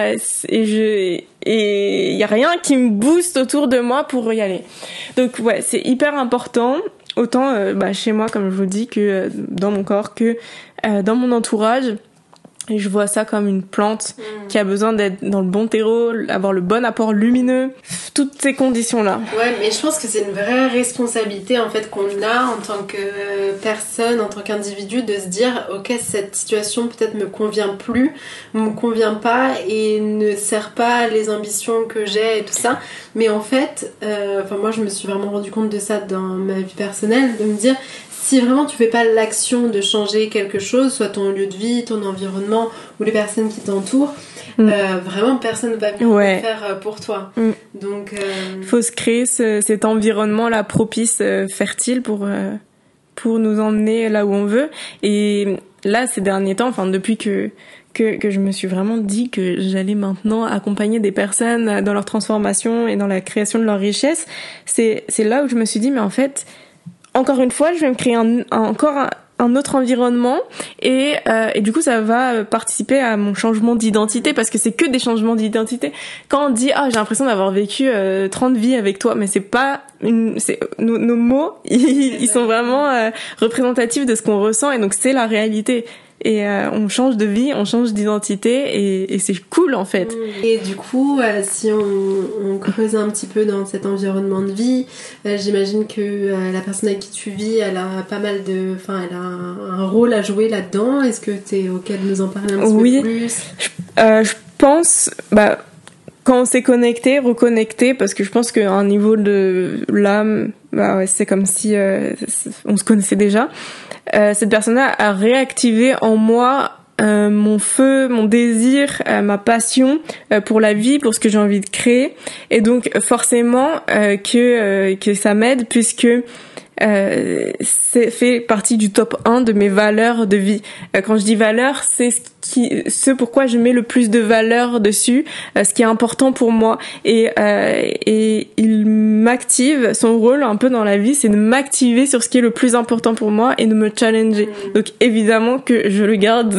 il y a rien qui me booste autour de moi pour y aller. Donc ouais, c'est hyper important, autant chez moi, comme je vous dis, que dans mon corps, que dans mon entourage. Et je vois ça comme une plante qui a besoin d'être dans le bon terreau, avoir le bon apport lumineux, toutes ces conditions-là. Ouais, mais je pense que c'est une vraie responsabilité en fait qu'on a en tant que personne, en tant qu'individu, de se dire ok, cette situation peut-être me convient pas et ne sert pas les ambitions que j'ai et tout ça. Mais en fait, moi je me suis vraiment rendu compte de ça dans ma vie personnelle, de me dire si vraiment tu fais pas l'action de changer quelque chose, soit ton lieu de vie, ton environnement ou les personnes qui t'entourent, vraiment personne ne va venir le faire pour toi. Donc faut se créer cet environnement là propice, fertile pour nous emmener là où on veut. Et là ces derniers temps, depuis que je me suis vraiment dit que j'allais maintenant accompagner des personnes dans leur transformation et dans la création de leur richesse, c'est là où je me suis dit mais en fait, encore une fois, je vais me créer encore un autre environnement et du coup ça va participer à mon changement d'identité parce que c'est que des changements d'identité. Quand on dit j'ai l'impression d'avoir vécu 30 vies avec toi, mais c'est pas nos mots ils sont vraiment représentatifs de ce qu'on ressent et donc c'est la réalité. Et on change de vie, on change d'identité et c'est cool en fait. Et du coup, si on creuse un petit peu dans cet environnement de vie, j'imagine que la personne avec qui tu vis, elle a pas mal de, enfin, elle a un rôle à jouer là-dedans. Est-ce que t'es OK de nous en parler un petit peu plus? Je pense, quand on s'est connecté, reconnecté, parce que je pense qu'à un niveau de l'âme, c'est comme si on se connaissait déjà. Cette personne-là a réactivé en moi mon feu, mon désir, ma passion pour la vie, pour ce que j'ai envie de créer. Et donc forcément que ça m'aide puisque c'est fait partie du top 1 de mes valeurs de vie. Quand je dis valeurs, c'est ce pourquoi je mets le plus de valeur dessus, ce qui est important pour moi. Et il m'active, son rôle un peu dans la vie, c'est de m'activer sur ce qui est le plus important pour moi et de me challenger. Donc évidemment que je le garde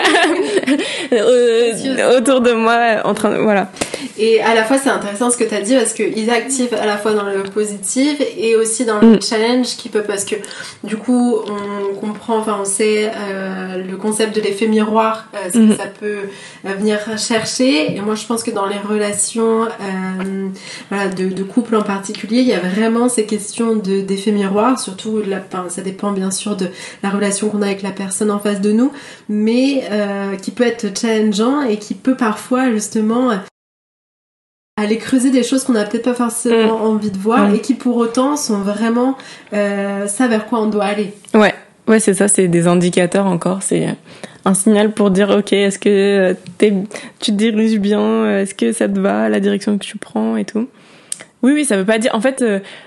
autour de moi, en train de, voilà. Et à la fois c'est intéressant ce que tu as dit parce qu'ils activent à la fois dans le positif et aussi dans le challenge qui peut, parce que du coup on comprend, enfin on sait le concept de l'effet miroir, ce que ça peut venir chercher. Et moi je pense que dans les relations de couple en particulier, il y a vraiment ces questions d'effet miroir, surtout ça dépend bien sûr de la relation qu'on a avec la personne en face de nous, mais qui peut être challengeant et qui peut parfois justement aller creuser des choses qu'on n'a peut-être pas forcément envie de voir et qui pour autant sont vraiment ça vers quoi on doit aller. Ouais, c'est ça, c'est des indicateurs encore, c'est un signal pour dire ok, est-ce que tu te diriges bien, est-ce que ça te va, la direction que tu prends et tout. Oui, ça veut pas dire. En fait,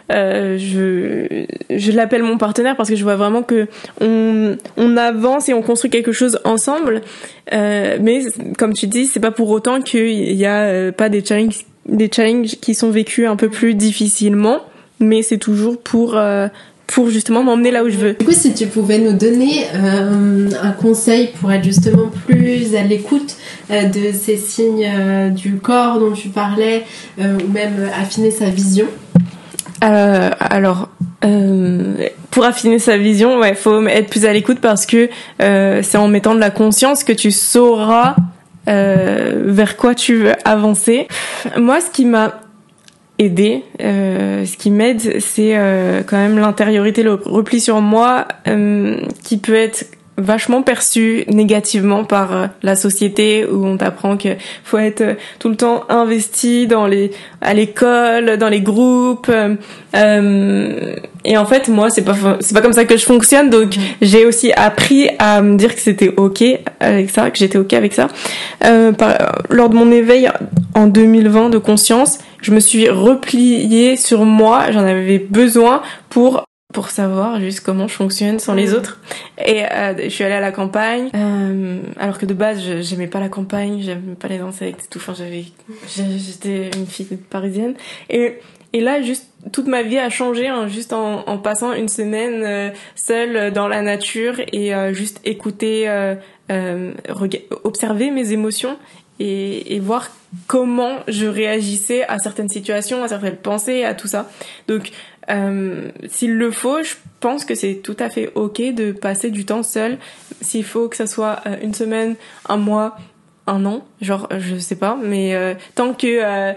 je l'appelle mon partenaire parce que je vois vraiment que on avance et on construit quelque chose ensemble. Mais comme tu dis, c'est pas pour autant qu'il y a pas des challenges qui sont vécus un peu plus difficilement, mais c'est toujours pour justement m'emmener là où je veux. Du coup, si tu pouvais nous donner un conseil pour être justement plus à l'écoute de ces signes du corps dont tu parlais, ou même affiner sa vision. Pour affiner sa vision, faut être plus à l'écoute parce que c'est en mettant de la conscience que tu sauras vers quoi tu veux avancer. Moi, ce qui m'a aidé, ce qui m'aide, c'est quand même l'intériorité, le repli sur moi, qui peut être vachement perçu négativement par la société où on t'apprend que faut être tout le temps investi à l'école, dans les groupes, et en fait moi c'est pas comme ça que je fonctionne, donc j'ai aussi appris à me dire que c'était ok avec ça, que j'étais ok avec ça. Lors de mon éveil en 2020 de conscience, je me suis repliée sur moi, j'en avais besoin pour savoir juste comment je fonctionne sans les autres. Et je suis allée à la campagne, alors que de base j'aimais pas la campagne, j'aimais pas les insectes et tout. Enfin j'étais une fille parisienne. Et là juste toute ma vie a changé juste en passant une semaine seule dans la nature et juste écouter, observer mes émotions et voir comment je réagissais à certaines situations, à certaines pensées, à tout ça. Donc s'il le faut, je pense que c'est tout à fait ok de passer du temps seul. S'il faut que ça soit une semaine, un mois, un an, genre je sais pas, mais tant que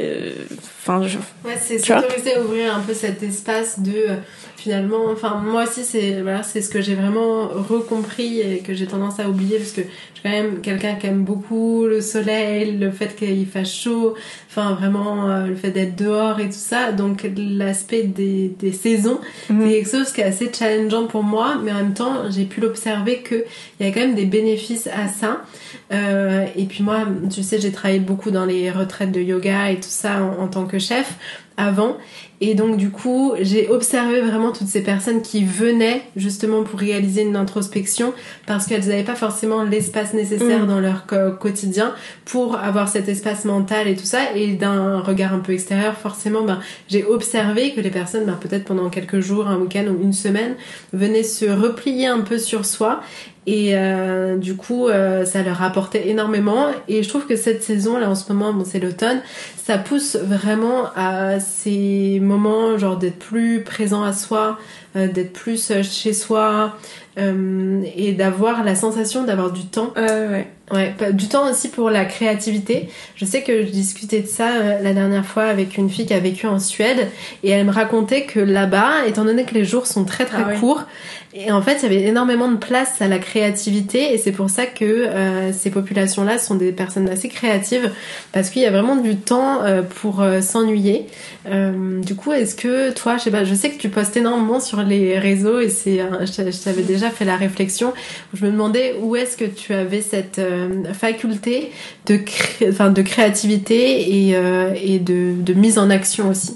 c'est s'autoriser à ouvrir un peu cet espace de finalement, enfin moi aussi c'est ce que j'ai vraiment recompris et que j'ai tendance à oublier, parce que je suis quand même quelqu'un qui aime beaucoup le soleil, le fait qu'il fasse chaud, enfin vraiment le fait d'être dehors et tout ça, donc l'aspect des saisons c'est quelque chose qui est assez challengeant pour moi, mais en même temps j'ai pu l'observer qu'il y a quand même des bénéfices à ça. Et puis moi, tu sais, j'ai travaillé beaucoup dans les retraites de yoga et tout ça en tant que chef avant, Et donc du coup, j'ai observé vraiment toutes ces personnes qui venaient justement pour réaliser une introspection parce qu'elles n'avaient pas forcément l'espace nécessaire dans leur quotidien pour avoir cet espace mental et tout ça. Et d'un regard un peu extérieur, forcément, j'ai observé que les personnes, peut-être pendant quelques jours, un week-end ou une semaine, venaient se replier un peu sur soi. Et du coup, ça leur apportait énormément. Et je trouve que cette saison, là en ce moment, c'est l'automne, ça pousse vraiment à ces moments, genre d'être plus présent à soi, d'être plus chez soi, et d'avoir la sensation d'avoir du temps. Ouais, du temps aussi pour la créativité. Je sais que je discutais de ça la dernière fois avec une fille qui a vécu en Suède et elle me racontait que là-bas, étant donné que les jours sont très courts, et en fait il y avait énormément de place à la créativité et c'est pour ça que ces populations-là sont des personnes assez créatives parce qu'il y a vraiment du temps pour s'ennuyer. Du coup, est-ce que toi, je sais que tu postes énormément sur les réseaux et je t'avais déjà fait la réflexion où je me demandais où est-ce que tu avais cette faculté de créativité et de mise en action aussi.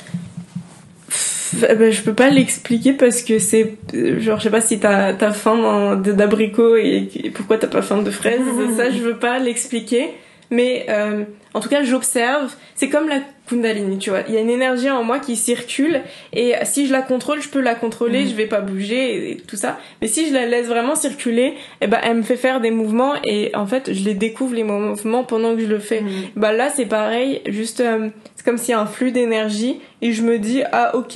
Je peux pas l'expliquer parce que c'est genre, je sais pas si t'as faim d'abricots et pourquoi t'as pas faim de fraises. Ça, je veux pas l'expliquer. Mais en tout cas, j'observe. C'est comme la Kundalini, tu vois. Il y a une énergie en moi qui circule et si je la contrôle, je peux la contrôler. Je vais pas bouger et tout ça. Mais si je la laisse vraiment circuler, elle me fait faire des mouvements et en fait, je les découvre les mouvements pendant que je le fais. Là, c'est pareil. Juste, c'est comme s'il y a un flux d'énergie et je me dis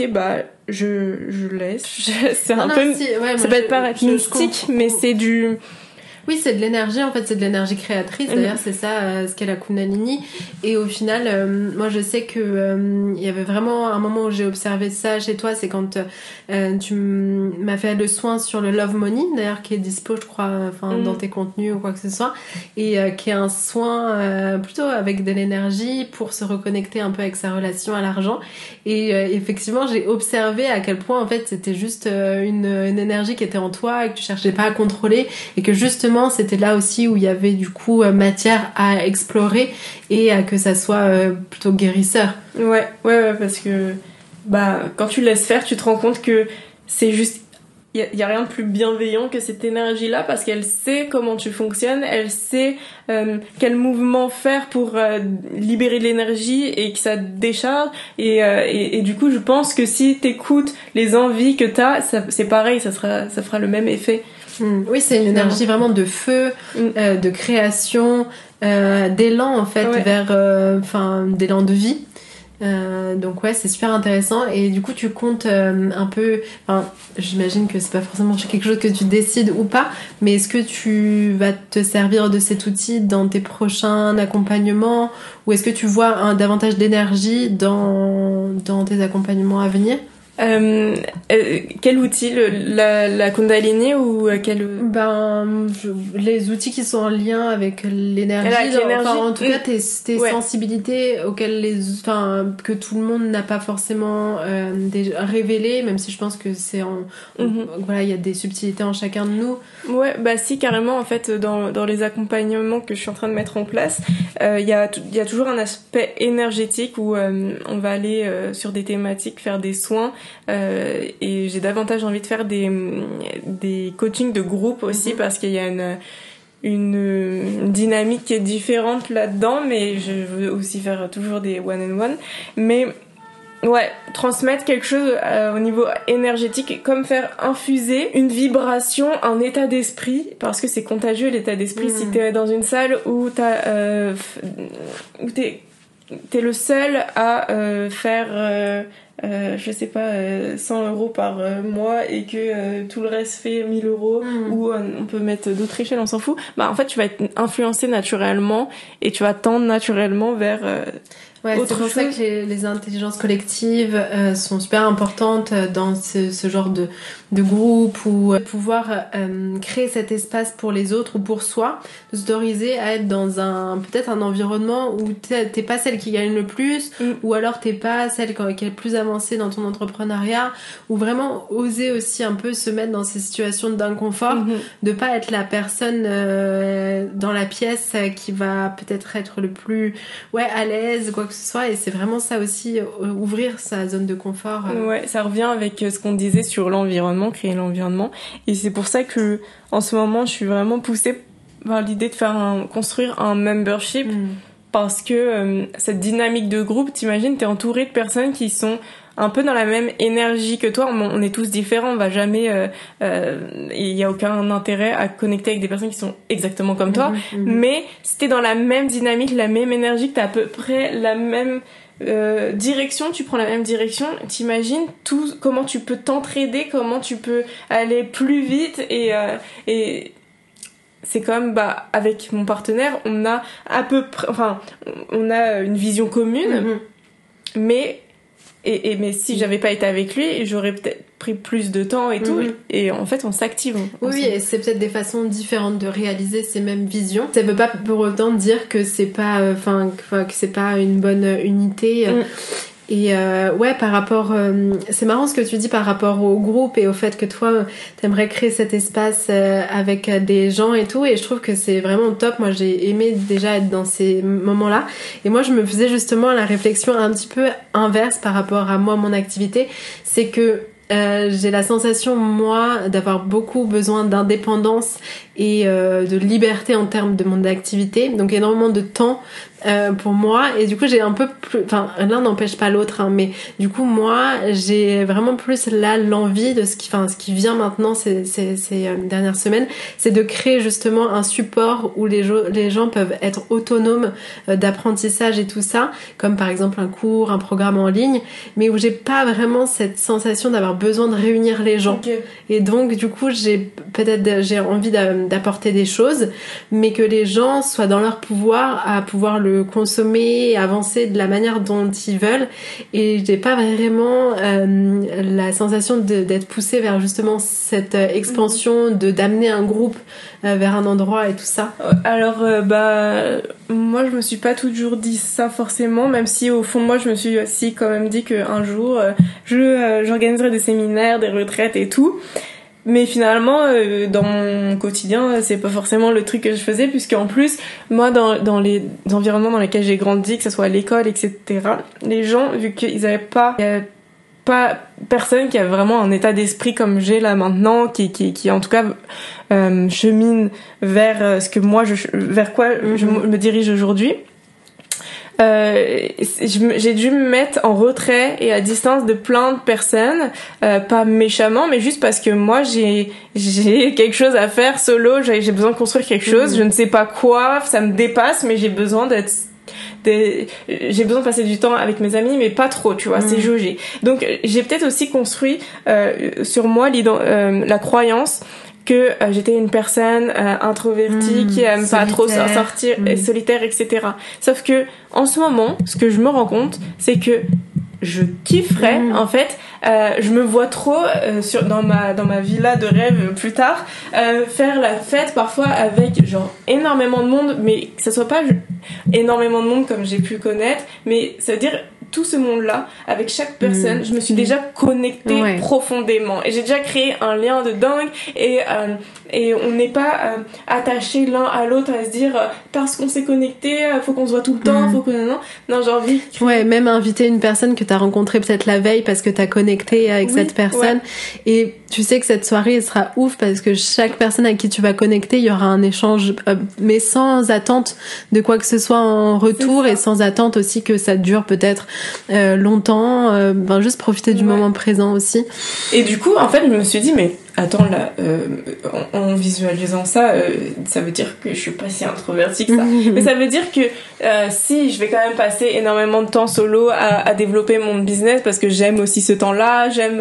je laisse. C'est un peu. Ça peut être paraître mystique, mais c'est du. Oui, c'est de l'énergie, en fait, c'est de l'énergie créatrice. D'ailleurs, c'est ça ce qu'est la Kundalini. Et au final, moi, je sais que il y avait vraiment un moment où j'ai observé ça chez toi, c'est quand tu m'as fait le soin sur le Love Money, d'ailleurs, qui est dispo, je crois, dans tes contenus ou quoi que ce soit, et qui est un soin plutôt avec de l'énergie pour se reconnecter un peu avec sa relation à l'argent. Et effectivement, j'ai observé à quel point, en fait, c'était juste une énergie qui était en toi et que tu cherchais pas à contrôler et que justement c'était là aussi où il y avait du coup matière à explorer et à que ça soit plutôt guérisseur. Ouais, parce que quand tu laisses faire, tu te rends compte que c'est juste il y a rien de plus bienveillant que cette énergie là parce qu'elle sait comment tu fonctionnes, elle sait quel mouvement faire pour libérer de l'énergie et que ça te décharge et du coup je pense que si t'écoutes les envies que t'as, c'est pareil, ça fera le même effet. Oui, c'est une énergie vraiment de feu, de création, d'élan en fait vers, d'élan de vie. Donc ouais, c'est super intéressant. Et du coup, tu comptes un peu. J'imagine que c'est pas forcément quelque chose que tu décides ou pas, mais est-ce que tu vas te servir de cet outil dans tes prochains accompagnements, ou est-ce que tu vois davantage d'énergie dans tes accompagnements à venir? Quel outil, la Kundalini ou quel... les outils qui sont en lien avec l'énergie, en tout cas tes sensibilités auxquelles que tout le monde n'a pas forcément révélé, même si je pense que c'est il y a des subtilités en chacun de nous. Ouais, si, carrément, en fait, dans les accompagnements que je suis en train de mettre en place, il y a toujours un aspect énergétique où on va aller sur des thématiques, faire des soins. Et j'ai davantage envie de faire des coachings de groupe aussi parce qu'il y a une dynamique qui est différente là-dedans, mais je veux aussi faire toujours des one-on-one. Mais ouais, transmettre quelque chose au niveau énergétique, comme faire infuser une vibration, un état d'esprit, parce que c'est contagieux l'état d'esprit. Si t'es dans une salle où où t'es le seul à faire je sais pas 100 € par mois et que tout le reste fait 1000 €, ou on peut mettre d'autres échelles, on s'en fout, en fait tu vas être influencé naturellement et tu vas tendre naturellement vers c'est pour ça que les intelligences collectives sont super importantes dans ce genre de groupe, ou pouvoir créer cet espace pour les autres ou pour soi, de s'autoriser à être dans peut-être un environnement où t'es pas celle qui gagne le plus, ou alors t'es pas celle qui est le plus avancée avancé dans ton entrepreneuriat, ou vraiment oser aussi un peu se mettre dans ces situations d'inconfort, de pas être la personne dans la pièce qui va peut-être être le plus à l'aise, quoi que ce soit. Et c'est vraiment ça aussi, ouvrir sa zone de confort. Ouais, ça revient avec ce qu'on disait sur l'environnement, créer l'environnement. Et c'est pour ça que en ce moment, je suis vraiment poussée par l'idée de construire un membership. Parce que cette dynamique de groupe, t'imagines, t'es entouré de personnes qui sont un peu dans la même énergie que toi. On est tous différents, on va jamais... il y a aucun intérêt à connecter avec des personnes qui sont exactement comme toi. Mais si t'es dans la même dynamique, la même énergie, que t'as à peu près la même direction, tu prends la même direction, t'imagines comment tu peux t'entraider, comment tu peux aller plus vite et c'est comme avec mon partenaire on a à peu près on a une vision commune mais si j'avais pas été avec lui j'aurais peut-être pris plus de temps et tout et en fait on s'active oui et c'est peut-être des façons différentes de réaliser ces mêmes visions. Ça veut pas pour autant dire que c'est pas que c'est pas une bonne unité. Et par rapport c'est marrant ce que tu dis par rapport au groupe et au fait que toi t'aimerais créer cet espace avec des gens et tout, et je trouve que c'est vraiment top. Moi j'ai aimé déjà être dans ces moments-là, et moi je me faisais justement la réflexion un petit peu inverse par rapport à moi, mon activité, c'est que j'ai la sensation moi d'avoir beaucoup besoin d'indépendance et de liberté en termes de mon activité, donc énormément de temps pour moi, et du coup j'ai un peu plus, l'un n'empêche pas l'autre, mais du coup moi j'ai vraiment plus là l'envie de ce qui vient maintenant ces dernières semaines, c'est de créer justement un support où les gens peuvent être autonomes d'apprentissage et tout ça, comme par exemple un cours, un programme en ligne, mais où j'ai pas vraiment cette sensation d'avoir besoin de réunir les gens. Et donc du coup j'ai envie d'apporter des choses, mais que les gens soient dans leur pouvoir à pouvoir le consommer et avancer de la manière dont ils veulent, et j'ai pas vraiment la sensation d'être poussée vers justement cette expansion, d'amener un groupe vers un endroit et tout ça. Alors moi je me suis pas toujours dit ça forcément, même si au fond moi je me suis aussi quand même dit qu'un jour j'organiserai des séminaires, des retraites et tout. Mais finalement, dans mon quotidien, c'est pas forcément le truc que je faisais, puisqu'en plus, moi, dans les environnements dans lesquels j'ai grandi, que ce soit à l'école, etc., les gens, vu qu'ils avaient pas personne qui a vraiment un état d'esprit comme j'ai là maintenant, qui en tout cas chemine vers ce que moi vers quoi je me dirige aujourd'hui. J'ai dû me mettre en retrait et à distance de plein de personnes, pas méchamment, mais juste parce que moi j'ai quelque chose à faire solo, j'ai besoin de construire quelque chose, je ne sais pas quoi, ça me dépasse, mais j'ai besoin de passer du temps avec mes amis, mais pas trop, tu vois, c'est jaugé. Donc j'ai peut-être aussi construit sur moi la croyance que j'étais une personne introvertie qui aime pas trop sortir, solitaire, etc. Sauf que en ce moment, ce que je me rends compte, c'est que je kifferais en fait, je me vois trop dans ma villa de rêve plus tard faire la fête parfois avec genre énormément de monde, mais que ça soit pas énormément de monde comme j'ai pu connaître, mais ça veut dire tout ce monde-là, avec chaque personne, je me suis déjà connectée profondément. Et j'ai déjà créé un lien de dingue. Et on n'est pas attachés l'un à l'autre à se dire parce qu'on s'est connecté, faut qu'on se voit tout le temps, faut que... Non, j'ai envie... Ouais, même inviter une personne que t'as rencontrée peut-être la veille parce que t'as connecté avec cette personne. Et tu sais que cette soirée, elle sera ouf parce que chaque personne à qui tu vas connecter, il y aura un échange, mais sans attente de quoi que ce soit en retour, et sans attente aussi que ça dure peut-être longtemps, juste profiter du moment présent aussi. Et du coup en fait je me suis dit mais attends là, en visualisant ça, ça veut dire que je suis pas si introvertie que ça. Mais ça veut dire que si je vais quand même passer énormément de temps solo à développer mon business, parce que j'aime aussi ce temps-là, j'aime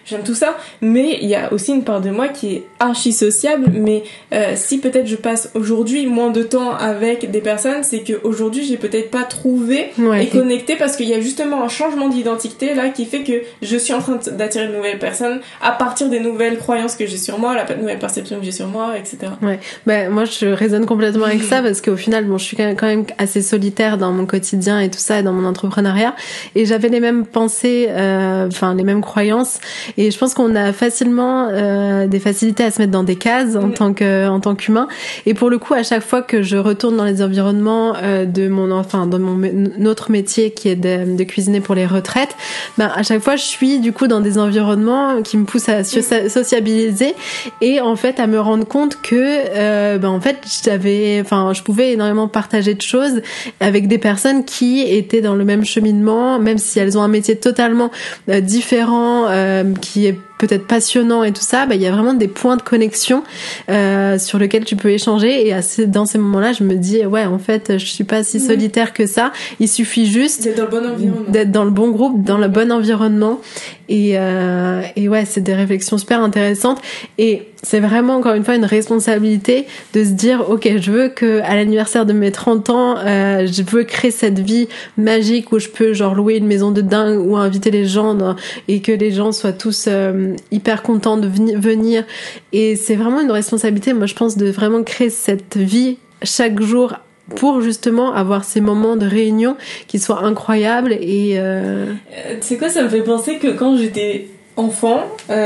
j'aime tout ça, mais il y a aussi une part de moi qui est archi sociable, mais si peut-être je passe aujourd'hui moins de temps avec des personnes, c'est que aujourd'hui j'ai peut-être pas trouvé et connecté, parce qu'il y a justement un changement d'identité là qui fait que je suis en train d'attirer de nouvelles personnes à partir des nouvelles croyances que j'ai sur moi, la nouvelle perception que j'ai sur moi, etc. Ouais, moi je résonne complètement avec ça, parce qu'au final, je suis quand même assez solitaire dans mon quotidien et tout ça, et dans mon entrepreneuriat, et j'avais les mêmes pensées, les mêmes croyances, et je pense qu'on a facilement des facilités à se mettre dans des cases en tant qu'humain, et pour le coup, à chaque fois que je retourne dans les environnements dans mon autre métier qui est de cuisiner pour les retraites, à chaque fois je suis du coup dans des environnements qui me poussent à sociabiliser, et en fait à me rendre compte que en fait je pouvais énormément partager de choses avec des personnes qui étaient dans le même cheminement, même si elles ont un métier totalement différent, qui est peut-être passionnant et tout ça, il y a vraiment des points de connexion sur lesquels tu peux échanger, et dans ces moments-là, je me dis en fait, je suis pas si solitaire que ça. Il suffit juste d'être dans le bon environnement, d'être dans le bon groupe, dans le bon environnement, et c'est des réflexions super intéressantes, et c'est vraiment encore une fois une responsabilité de se dire ok, je veux que à l'anniversaire de mes 30 ans, je veux créer cette vie magique où je peux louer une maison de dingue ou inviter les gens et que les gens soient tous hyper contents de venir, et c'est vraiment une responsabilité, moi je pense, de vraiment créer cette vie chaque jour pour justement avoir ces moments de réunion qui soient incroyables. Et tu sais quoi, ça me fait penser que quand j'étais enfant,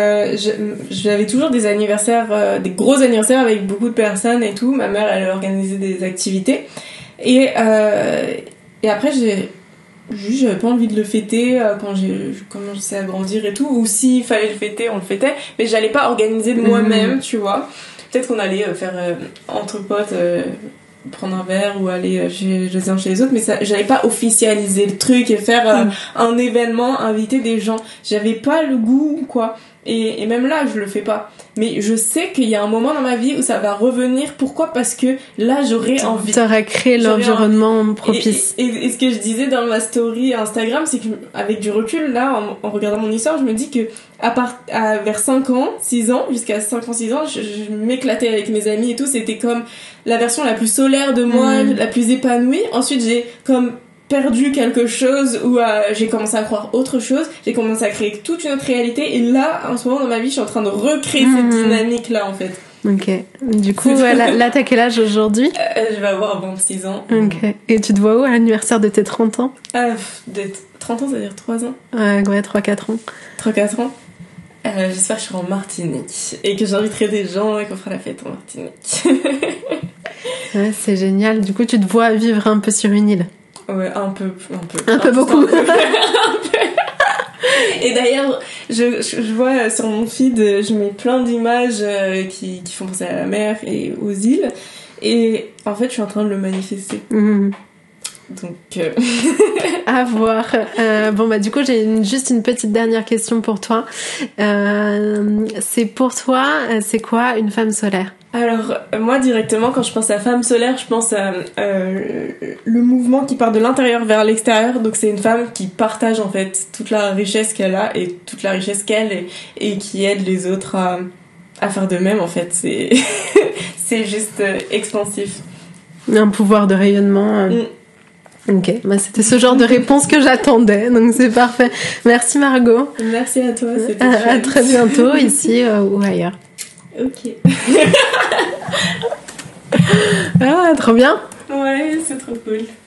j'avais toujours des anniversaires, des gros anniversaires avec beaucoup de personnes et tout. Ma mère, elle organisait des activités, et après j'avais pas envie de le fêter quand j'ai commencé à grandir et tout, ou s'il fallait le fêter, on le fêtait, mais j'allais pas organiser de moi-même, tu vois. Peut-être qu'on allait faire entre potes, prendre un verre ou aller les uns chez les autres, mais j'allais pas officialiser le truc et faire un événement, inviter des gens. J'avais pas le goût, quoi. Et même là, je le fais pas. Mais je sais qu'il y a un moment dans ma vie où ça va revenir. Pourquoi ? Parce que là, j'aurais envie. T'aurais créé l'environnement propice. Et ce que je disais dans ma story Instagram, c'est qu'avec du recul, là, en regardant mon histoire, je me dis que vers 5 ans, 6 ans, jusqu'à 5 ans, 6 ans, je m'éclatais avec mes amis et tout. C'était comme la version la plus solaire de moi, la plus épanouie. Ensuite, j'ai comme perdu quelque chose, où j'ai commencé à croire autre chose, j'ai commencé à créer toute une autre réalité, et là en ce moment dans ma vie je suis en train de recréer cette dynamique là en fait. Ok, du coup là t'as quel âge aujourd'hui? Je vais avoir 26 ans. Ok, et tu te vois où à l'anniversaire de tes 30 ans? 30 ans, ça veut dire 3 ans? Ouais, 3-4 ans. 3-4 ans. J'espère que je serai en Martinique et que j'inviterai des gens et qu'on fera la fête en Martinique. Ouais, c'est génial. Du coup tu te vois vivre un peu sur une île? Ouais, un peu beaucoup. Et d'ailleurs, je vois sur mon feed, je mets plein d'images qui font penser à la mer et aux îles. Et en fait, je suis en train de le manifester. Donc... À voir. Du coup, j'ai juste une petite dernière question pour toi. C'est pour toi, c'est quoi une femme solaire? Alors, moi, directement, quand je pense à femme solaire, je pense à le mouvement qui part de l'intérieur vers l'extérieur. Donc, c'est une femme qui partage, en fait, toute la richesse qu'elle a et toute la richesse qu'elle et qui aide les autres à faire de même, en fait. C'est juste expansif. Un pouvoir de rayonnement. Ok, c'était ce genre de réponse que j'attendais, donc c'est parfait. Merci Margot. Merci à toi, c'était à très bientôt, ici ou ailleurs. Ok. Ah, trop bien. Ouais, c'est trop cool.